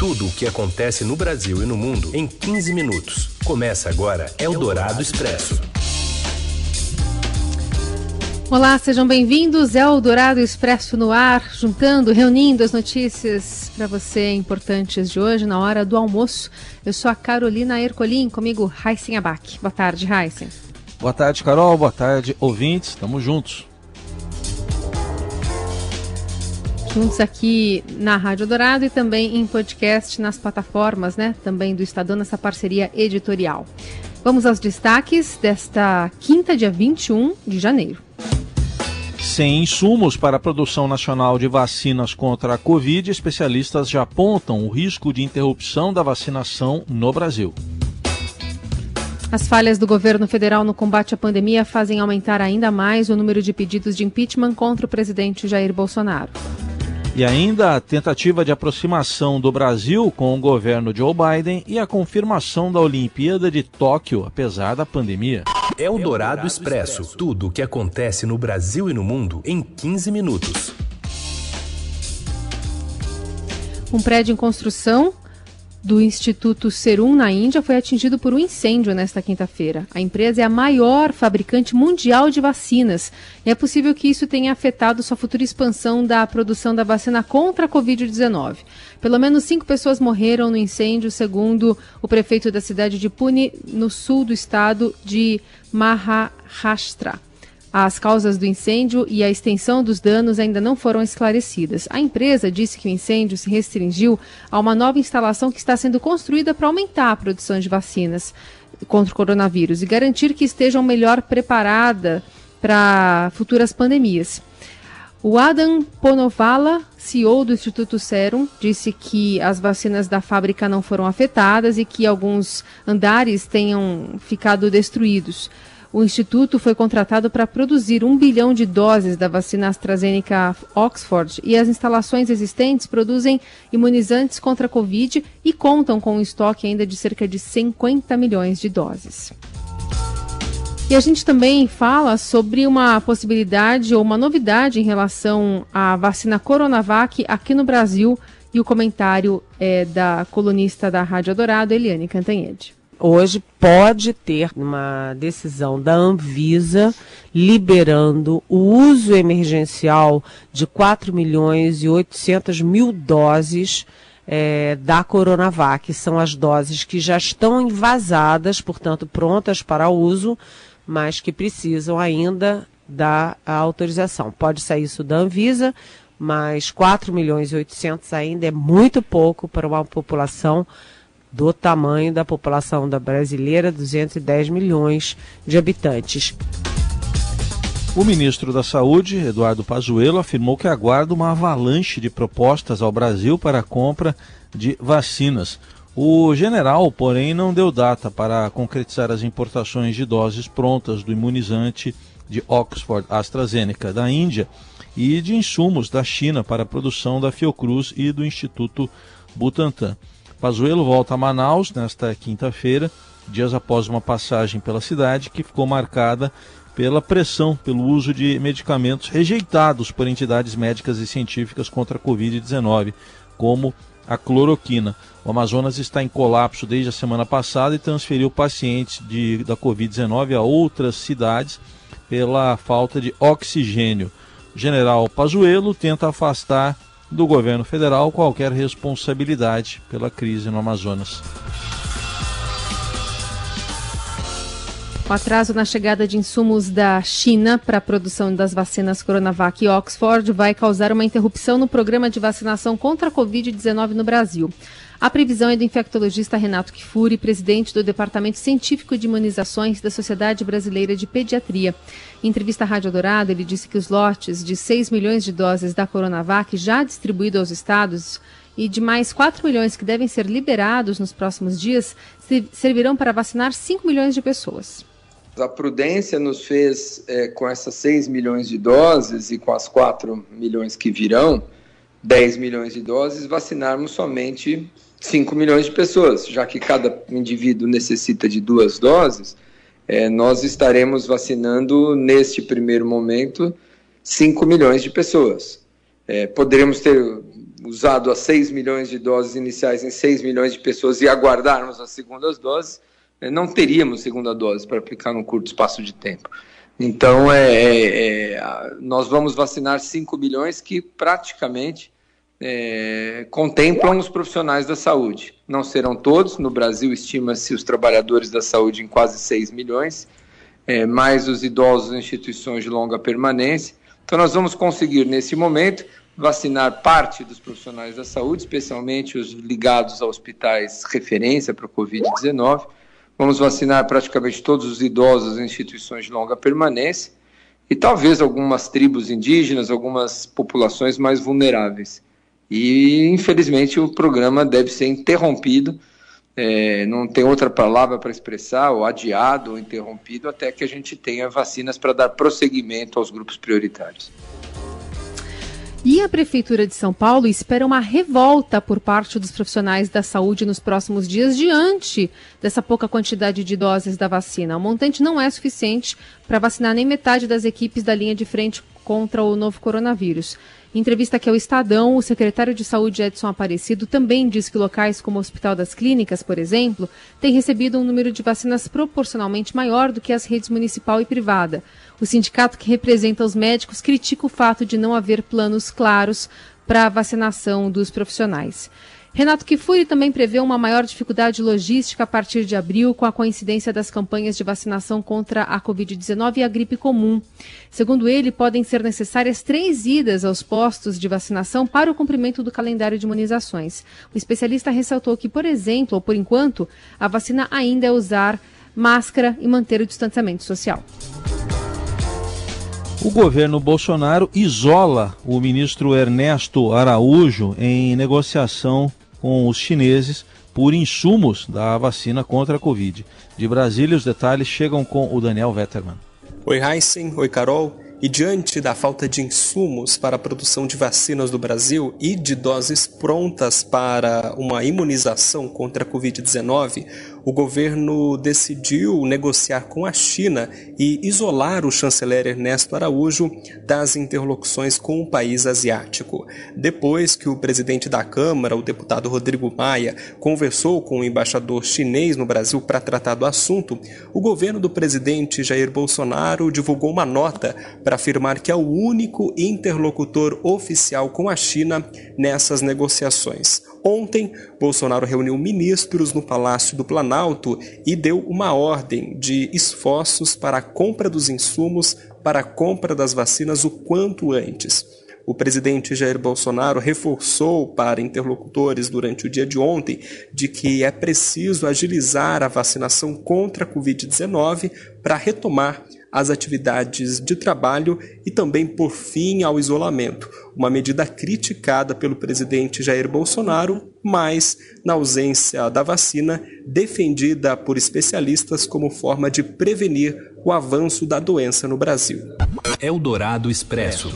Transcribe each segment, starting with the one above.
Tudo o que acontece no Brasil e no mundo em 15 minutos. Começa agora Eldorado Expresso. Olá, sejam bem-vindos. Eldorado Expresso no ar, reunindo as notícias para você importantes de hoje na hora do almoço. Eu sou a Carolina Ercolim, comigo Raíssen Abac. Boa tarde, Raíssen. Boa tarde, Carol. Boa tarde, ouvintes. Estamos juntos. Juntos aqui na Rádio Eldorado e também em podcast nas plataformas, também do Estadão, nessa parceria editorial. Vamos aos destaques desta quinta, dia 21 de janeiro. Sem insumos para a produção nacional de vacinas contra a Covid, especialistas já apontam o risco de interrupção da vacinação no Brasil. As falhas do governo federal no combate à pandemia fazem aumentar ainda mais o número de pedidos de impeachment contra o presidente Jair Bolsonaro. E ainda a tentativa de aproximação do Brasil com o governo Joe Biden e a confirmação da Olimpíada de Tóquio, apesar da pandemia. Eldorado Expresso. Tudo o que acontece no Brasil e no mundo em 15 minutos. Um prédio em construção do Instituto Serum, na Índia, foi atingido por um incêndio nesta quinta-feira. A empresa é a maior fabricante mundial de vacinas e é possível que isso tenha afetado sua futura expansão da produção da vacina contra a Covid-19. Pelo menos 5 pessoas morreram no incêndio, segundo o prefeito da cidade de Pune, no sul do estado de Maharashtra. As causas do incêndio e a extensão dos danos ainda não foram esclarecidas. A empresa disse que o incêndio se restringiu a uma nova instalação que está sendo construída para aumentar a produção de vacinas contra o coronavírus e garantir que estejam melhor preparadas para futuras pandemias. O Adam Ponovala, CEO do Instituto Serum, disse que as vacinas da fábrica não foram afetadas e que alguns andares tenham ficado destruídos. O Instituto foi contratado para produzir 1 bilhão de doses da vacina AstraZeneca Oxford e as instalações existentes produzem imunizantes contra a Covid e contam com um estoque ainda de cerca de 50 milhões de doses. E a gente também fala sobre uma possibilidade ou uma novidade em relação à vacina Coronavac aqui no Brasil e o comentário é da colunista da Rádio Eldorado, Eliane Cantanhede. Hoje pode ter uma decisão da Anvisa liberando o uso emergencial de 4.800.000 doses da Coronavac. São as doses que já estão envasadas, portanto prontas para uso, mas que precisam ainda da autorização. Pode sair isso da Anvisa, mas 4.800.000 ainda é muito pouco para uma população do tamanho da população da brasileira, 210 milhões de habitantes. O ministro da Saúde, Eduardo Pazuello, afirmou que aguarda uma avalanche de propostas ao Brasil para a compra de vacinas. O general, porém, não deu data para concretizar as importações de doses prontas do imunizante de Oxford AstraZeneca da Índia e de insumos da China para a produção da Fiocruz e do Instituto Butantan. Pazuello volta a Manaus nesta quinta-feira, dias após uma passagem pela cidade que ficou marcada pela pressão pelo uso de medicamentos rejeitados por entidades médicas e científicas contra a Covid-19, como a cloroquina. O Amazonas está em colapso desde a semana passada e transferiu pacientes da Covid-19 a outras cidades pela falta de oxigênio. O general Pazuello tenta afastar do governo federal qualquer responsabilidade pela crise no Amazonas. O atraso na chegada de insumos da China para a produção das vacinas Coronavac e Oxford vai causar uma interrupção no programa de vacinação contra a Covid-19 no Brasil. A previsão é do infectologista Renato Kifuri, presidente do Departamento Científico de Imunizações da Sociedade Brasileira de Pediatria. Em entrevista à Rádio Eldorado, ele disse que os lotes de 6 milhões de doses da Coronavac já distribuídos aos estados e de mais 4 milhões que devem ser liberados nos próximos dias servirão para vacinar 5 milhões de pessoas. A prudência nos fez, com essas 6 milhões de doses e com as 4 milhões que virão, 10 milhões de doses, vacinarmos somente 5 milhões de pessoas, já que cada indivíduo necessita de 2 doses, nós estaremos vacinando, neste primeiro momento, 5 milhões de pessoas. Poderemos ter usado as 6 milhões de doses iniciais em 6 milhões de pessoas e aguardarmos as segundas doses, não teríamos segunda dose para aplicar num curto espaço de tempo. Então, nós vamos vacinar 5 milhões que praticamente contemplam os profissionais da saúde. Não serão todos, no Brasil estima-se os trabalhadores da saúde em quase 6 milhões, mais os idosos em instituições de longa permanência. Então nós vamos conseguir, nesse momento, vacinar parte dos profissionais da saúde, especialmente os ligados a hospitais referência para o Covid-19. Vamos vacinar praticamente todos os idosos em instituições de longa permanência e talvez algumas tribos indígenas, algumas populações mais vulneráveis. E, infelizmente, o programa deve ser interrompido, não tem outra palavra para expressar, ou adiado ou interrompido, até que a gente tenha vacinas para dar prosseguimento aos grupos prioritários. E a Prefeitura de São Paulo espera uma revolta por parte dos profissionais da saúde nos próximos dias diante dessa pouca quantidade de doses da vacina. O montante não é suficiente para vacinar nem metade das equipes da linha de frente contra o novo coronavírus. Em entrevista aqui ao Estadão, o secretário de Saúde, Edson Aparecido, também diz que locais como o Hospital das Clínicas, por exemplo, têm recebido um número de vacinas proporcionalmente maior do que as redes municipal e privada. O sindicato que representa os médicos critica o fato de não haver planos claros para a vacinação dos profissionais. Renato Kifuri também prevê uma maior dificuldade logística a partir de abril, com a coincidência das campanhas de vacinação contra a Covid-19 e a gripe comum. Segundo ele, podem ser necessárias 3 idas aos postos de vacinação para o cumprimento do calendário de imunizações. O especialista ressaltou que, por exemplo, ou por enquanto, a vacina ainda é usar máscara e manter o distanciamento social. O governo Bolsonaro isola o ministro Ernesto Araújo em negociação com os chineses por insumos da vacina contra a Covid. De Brasília, os detalhes chegam com o Daniel Vetterman. Oi, Heisen. Oi, Carol. E diante da falta de insumos para a produção de vacinas do Brasil e de doses prontas para uma imunização contra a Covid-19, o governo decidiu negociar com a China e isolar o chanceler Ernesto Araújo das interlocuções com o país asiático. Depois que o presidente da Câmara, o deputado Rodrigo Maia, conversou com o embaixador chinês no Brasil para tratar do assunto, o governo do presidente Jair Bolsonaro divulgou uma nota para afirmar que é o único interlocutor oficial com a China nessas negociações. Ontem, Bolsonaro reuniu ministros no Palácio do Planalto e deu uma ordem de esforços para a compra dos insumos, para a compra das vacinas o quanto antes. O presidente Jair Bolsonaro reforçou para interlocutores durante o dia de ontem de que é preciso agilizar a vacinação contra a Covid-19 para retomar as atividades de trabalho e também por fim ao isolamento, uma medida criticada pelo presidente Jair Bolsonaro, mas, na ausência da vacina, defendida por especialistas como forma de prevenir o avanço da doença no Brasil. Eldorado Expresso.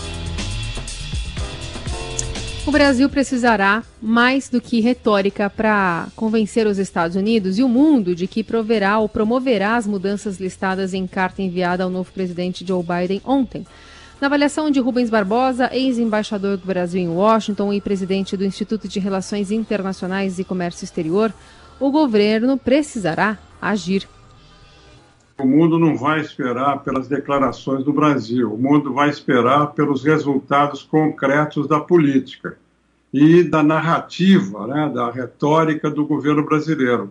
O Brasil precisará mais do que retórica para convencer os Estados Unidos e o mundo de que proverá ou promoverá as mudanças listadas em carta enviada ao novo presidente Joe Biden ontem. Na avaliação de Rubens Barbosa, ex-embaixador do Brasil em Washington e presidente do Instituto de Relações Internacionais e Comércio Exterior, o governo precisará agir. O mundo não vai esperar pelas declarações do Brasil, o mundo vai esperar pelos resultados concretos da política e da narrativa, da retórica do governo brasileiro.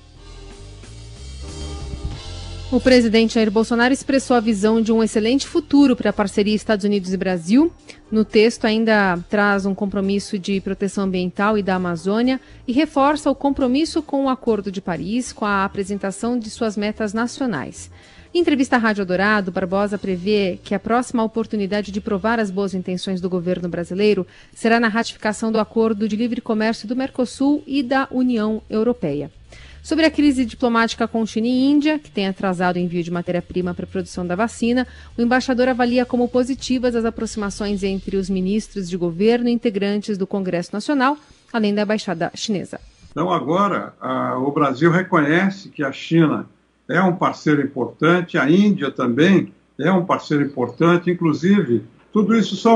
O presidente Jair Bolsonaro expressou a visão de um excelente futuro para a parceria Estados Unidos e Brasil. No texto ainda traz um compromisso de proteção ambiental e da Amazônia e reforça o compromisso com o Acordo de Paris, com a apresentação de suas metas nacionais. Em entrevista à Rádio Eldorado, Barbosa prevê que a próxima oportunidade de provar as boas intenções do governo brasileiro será na ratificação do Acordo de Livre Comércio do Mercosul e da União Europeia. Sobre a crise diplomática com China e Índia, que tem atrasado o envio de matéria-prima para a produção da vacina, o embaixador avalia como positivas as aproximações entre os ministros de governo e integrantes do Congresso Nacional, além da embaixada chinesa. Então, agora, o Brasil reconhece que a China é um parceiro importante, a Índia também é um parceiro importante, inclusive, tudo isso são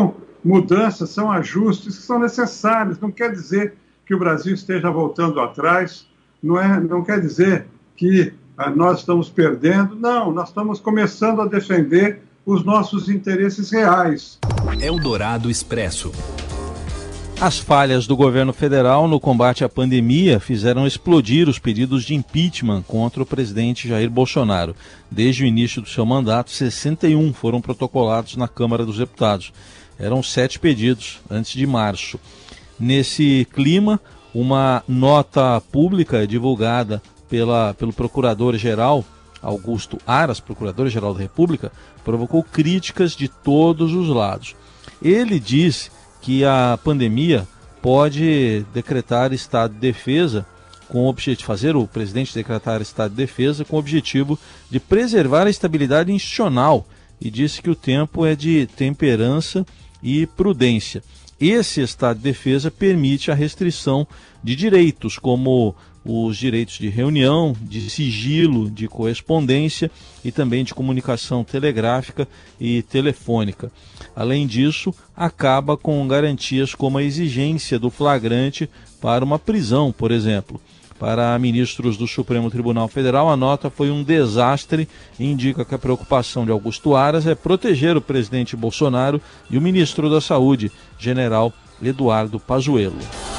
mudanças, são ajustes que são necessários. Não quer dizer que o Brasil esteja voltando atrás, não quer dizer que nós estamos perdendo. Não, nós estamos começando a defender os nossos interesses reais. Eldorado Expresso. As falhas do governo federal no combate à pandemia fizeram explodir os pedidos de impeachment contra o presidente Jair Bolsonaro. Desde o início do seu mandato, 61 foram protocolados na Câmara dos Deputados. Eram 7 pedidos antes de março. Nesse clima, uma nota pública divulgada pelo Procurador-Geral Augusto Aras, Procurador-Geral da República, provocou críticas de todos os lados. Ele disse que a pandemia pode decretar estado de defesa com o objetivo de fazer o presidente decretar estado de defesa com o objetivo de preservar a estabilidade institucional e disse que o tempo é de temperança e prudência. Esse estado de defesa permite a restrição de direitos, como os direitos de reunião, de sigilo, de correspondência e também de comunicação telegráfica e telefônica. Além disso, acaba com garantias como a exigência do flagrante para uma prisão, por exemplo. Para ministros do Supremo Tribunal Federal, a nota foi um desastre e indica que a preocupação de Augusto Aras é proteger o presidente Bolsonaro e o ministro da Saúde, general Eduardo Pazuello.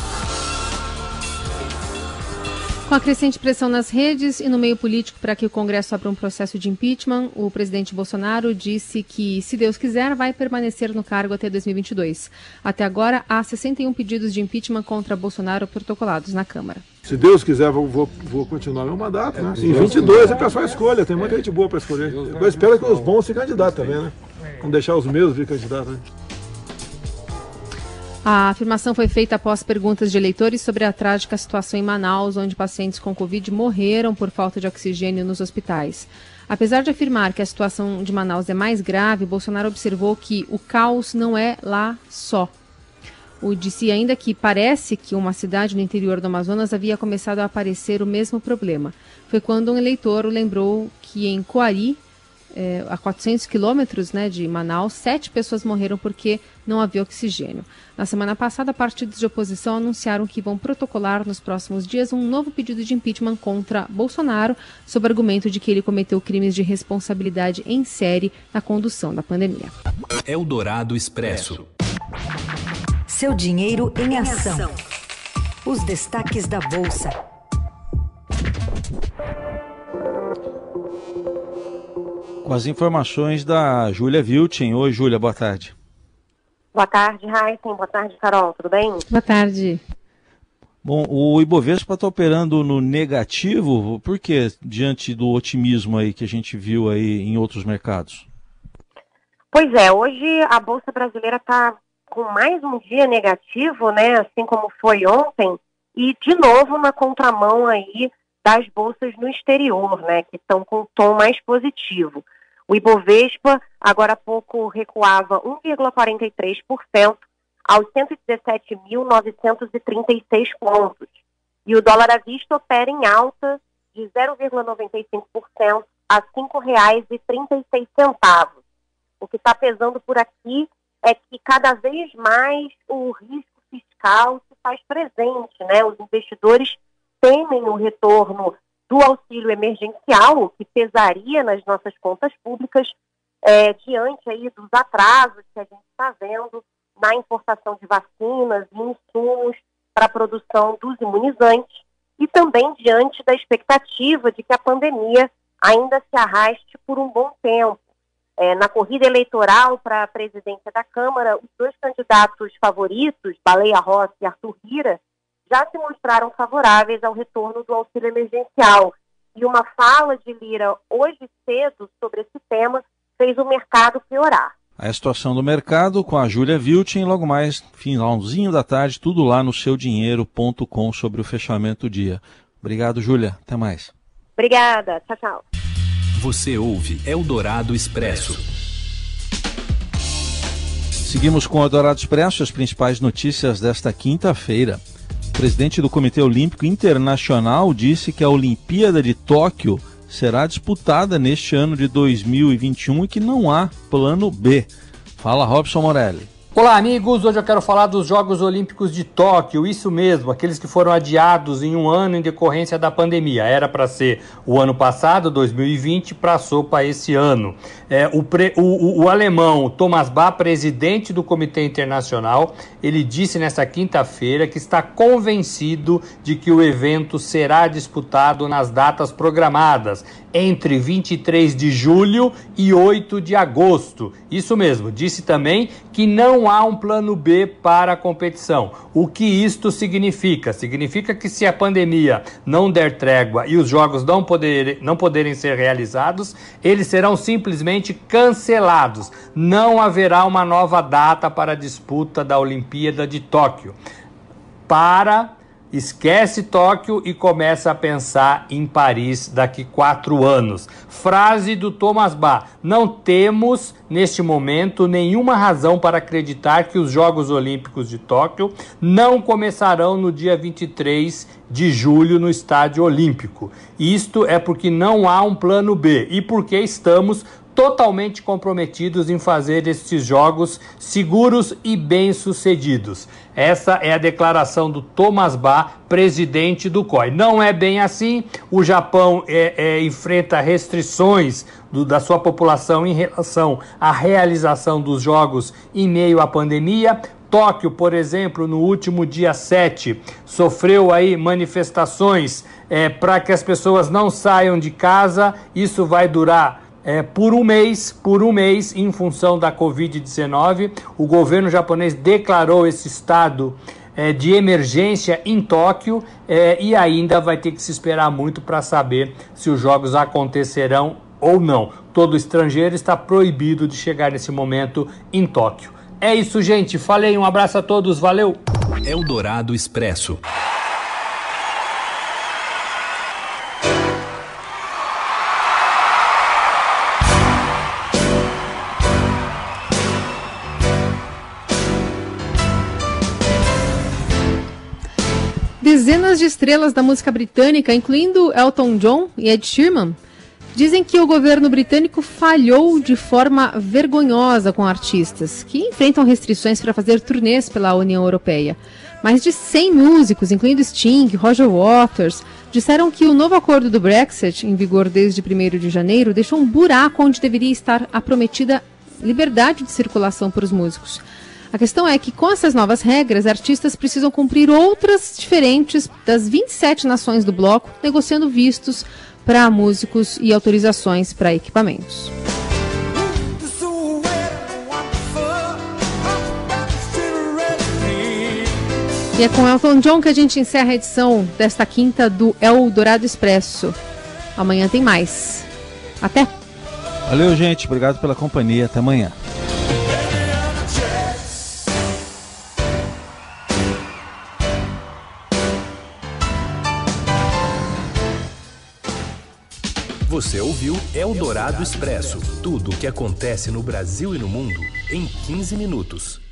Com a crescente pressão nas redes e no meio político para que o Congresso abra um processo de impeachment, o presidente Bolsonaro disse que, se Deus quiser, vai permanecer no cargo até 2022. Até agora, há 61 pedidos de impeachment contra Bolsonaro protocolados na Câmara. Se Deus quiser, vou continuar meu mandato, né? Em 22 a pessoa escolha, tem muita gente boa para escolher. Eu espero que os bons se candidatem também, né? Não deixar os meus vir candidato, né? A afirmação foi feita após perguntas de eleitores sobre a trágica situação em Manaus, onde pacientes com Covid morreram por falta de oxigênio nos hospitais. Apesar de afirmar que a situação de Manaus é mais grave, Bolsonaro observou que o caos não é lá só. Disse ainda que parece que uma cidade no interior do Amazonas havia começado a aparecer o mesmo problema. Foi quando um eleitor o lembrou que em Coari, a 400 quilômetros de Manaus, 7 pessoas morreram porque não havia oxigênio. Na semana passada, partidos de oposição anunciaram que vão protocolar nos próximos dias um novo pedido de impeachment contra Bolsonaro, sob argumento de que ele cometeu crimes de responsabilidade em série na condução da pandemia. Eldorado Expresso. Seu dinheiro em ação. Os destaques da Bolsa. Com as informações da Júlia Vilchen. Oi, Júlia, boa tarde. Boa tarde, Raíssen. Boa tarde, Carol. Tudo bem? Boa tarde. Bom, o Ibovespa está operando no negativo, por quê? Diante do otimismo aí que a gente viu aí em outros mercados. Pois é, hoje a Bolsa Brasileira está com mais um dia negativo, né? Assim como foi ontem, e de novo na contramão aí das bolsas no exterior, né? Que estão com um tom mais positivo. O Ibovespa, agora há pouco, recuava 1,43% aos 117.936 pontos. E o dólar à vista opera em alta de 0,95% a R$ 5,36. O que está pesando por aqui é que cada vez mais o risco fiscal se faz presente, né? Os investidores temem o retorno do auxílio emergencial, o que pesaria nas nossas contas públicas, diante aí dos atrasos que a gente está vendo na importação de vacinas e insumos para a produção dos imunizantes e também diante da expectativa de que a pandemia ainda se arraste por um bom tempo. Na corrida eleitoral para a presidência da Câmara, os 2 candidatos favoritos, Baleia Rossi e Arthur Lira, já se mostraram favoráveis ao retorno do auxílio emergencial. E uma fala de Lira hoje cedo sobre esse tema fez o mercado piorar. A situação do mercado com a Júlia Vilchen, logo mais, finalzinho da tarde, tudo lá no seudinheiro.com sobre o fechamento do dia. Obrigado, Júlia. Até mais. Obrigada. Tchau, tchau. Você ouve Eldorado Expresso. Seguimos com o Eldorado Expresso, as principais notícias desta quinta-feira. O presidente do Comitê Olímpico Internacional disse que a Olimpíada de Tóquio será disputada neste ano de 2021 e que não há plano B. Fala, Robson Morelli. Olá, amigos! Hoje eu quero falar dos Jogos Olímpicos de Tóquio, isso mesmo, aqueles que foram adiados em um ano em decorrência da pandemia. Era para ser o ano passado, 2020, passou para esse ano. O alemão Thomas Bach, presidente do Comitê Internacional, ele disse nesta quinta-feira que está convencido de que o evento será disputado nas datas programadas, entre 23 de julho e 8 de agosto. Isso mesmo, disse também que não há um plano B para a competição. O que isto significa? Significa que se a pandemia não der trégua e os jogos não poderem ser realizados, eles serão simplesmente cancelados. Não haverá uma nova data para a disputa da Olimpíada de Tóquio. Esquece Tóquio e começa a pensar em Paris daqui 4 anos. Frase do Thomas Bach: não temos, neste momento, nenhuma razão para acreditar que os Jogos Olímpicos de Tóquio não começarão no dia 23 de julho no Estádio Olímpico. Isto é porque não há um plano B e porque estamos totalmente comprometidos em fazer estes jogos seguros e bem-sucedidos. Essa é a declaração do Thomas Bach, presidente do COI. Não é bem assim. O Japão enfrenta restrições da sua população em relação à realização dos jogos em meio à pandemia. Tóquio, por exemplo, no último dia 7, sofreu aí manifestações para que as pessoas não saiam de casa. Isso vai durar por um mês, em função da Covid-19. O governo japonês declarou esse estado de emergência em Tóquio e ainda vai ter que se esperar muito para saber se os jogos acontecerão ou não. Todo estrangeiro está proibido de chegar nesse momento em Tóquio. É isso, gente. Falei, um abraço a todos, valeu! Eldorado Expresso. Dezenas de estrelas da música britânica, incluindo Elton John e Ed Sheeran, dizem que o governo britânico falhou de forma vergonhosa com artistas que enfrentam restrições para fazer turnês pela União Europeia. Mais de 100 músicos, incluindo Sting, Roger Waters, disseram que o novo acordo do Brexit, em vigor desde 1º de janeiro, deixou um buraco onde deveria estar a prometida liberdade de circulação para os músicos. A questão é que, com essas novas regras, artistas precisam cumprir outras diferentes das 27 nações do bloco, negociando vistos para músicos e autorizações para equipamentos. E é com Elton John que a gente encerra a edição desta quinta do Eldorado Expresso. Amanhã tem mais. Até! Valeu, gente. Obrigado pela companhia. Até amanhã. Você ouviu Eldorado Expresso. Tudo o que acontece no Brasil e no mundo em 15 minutos.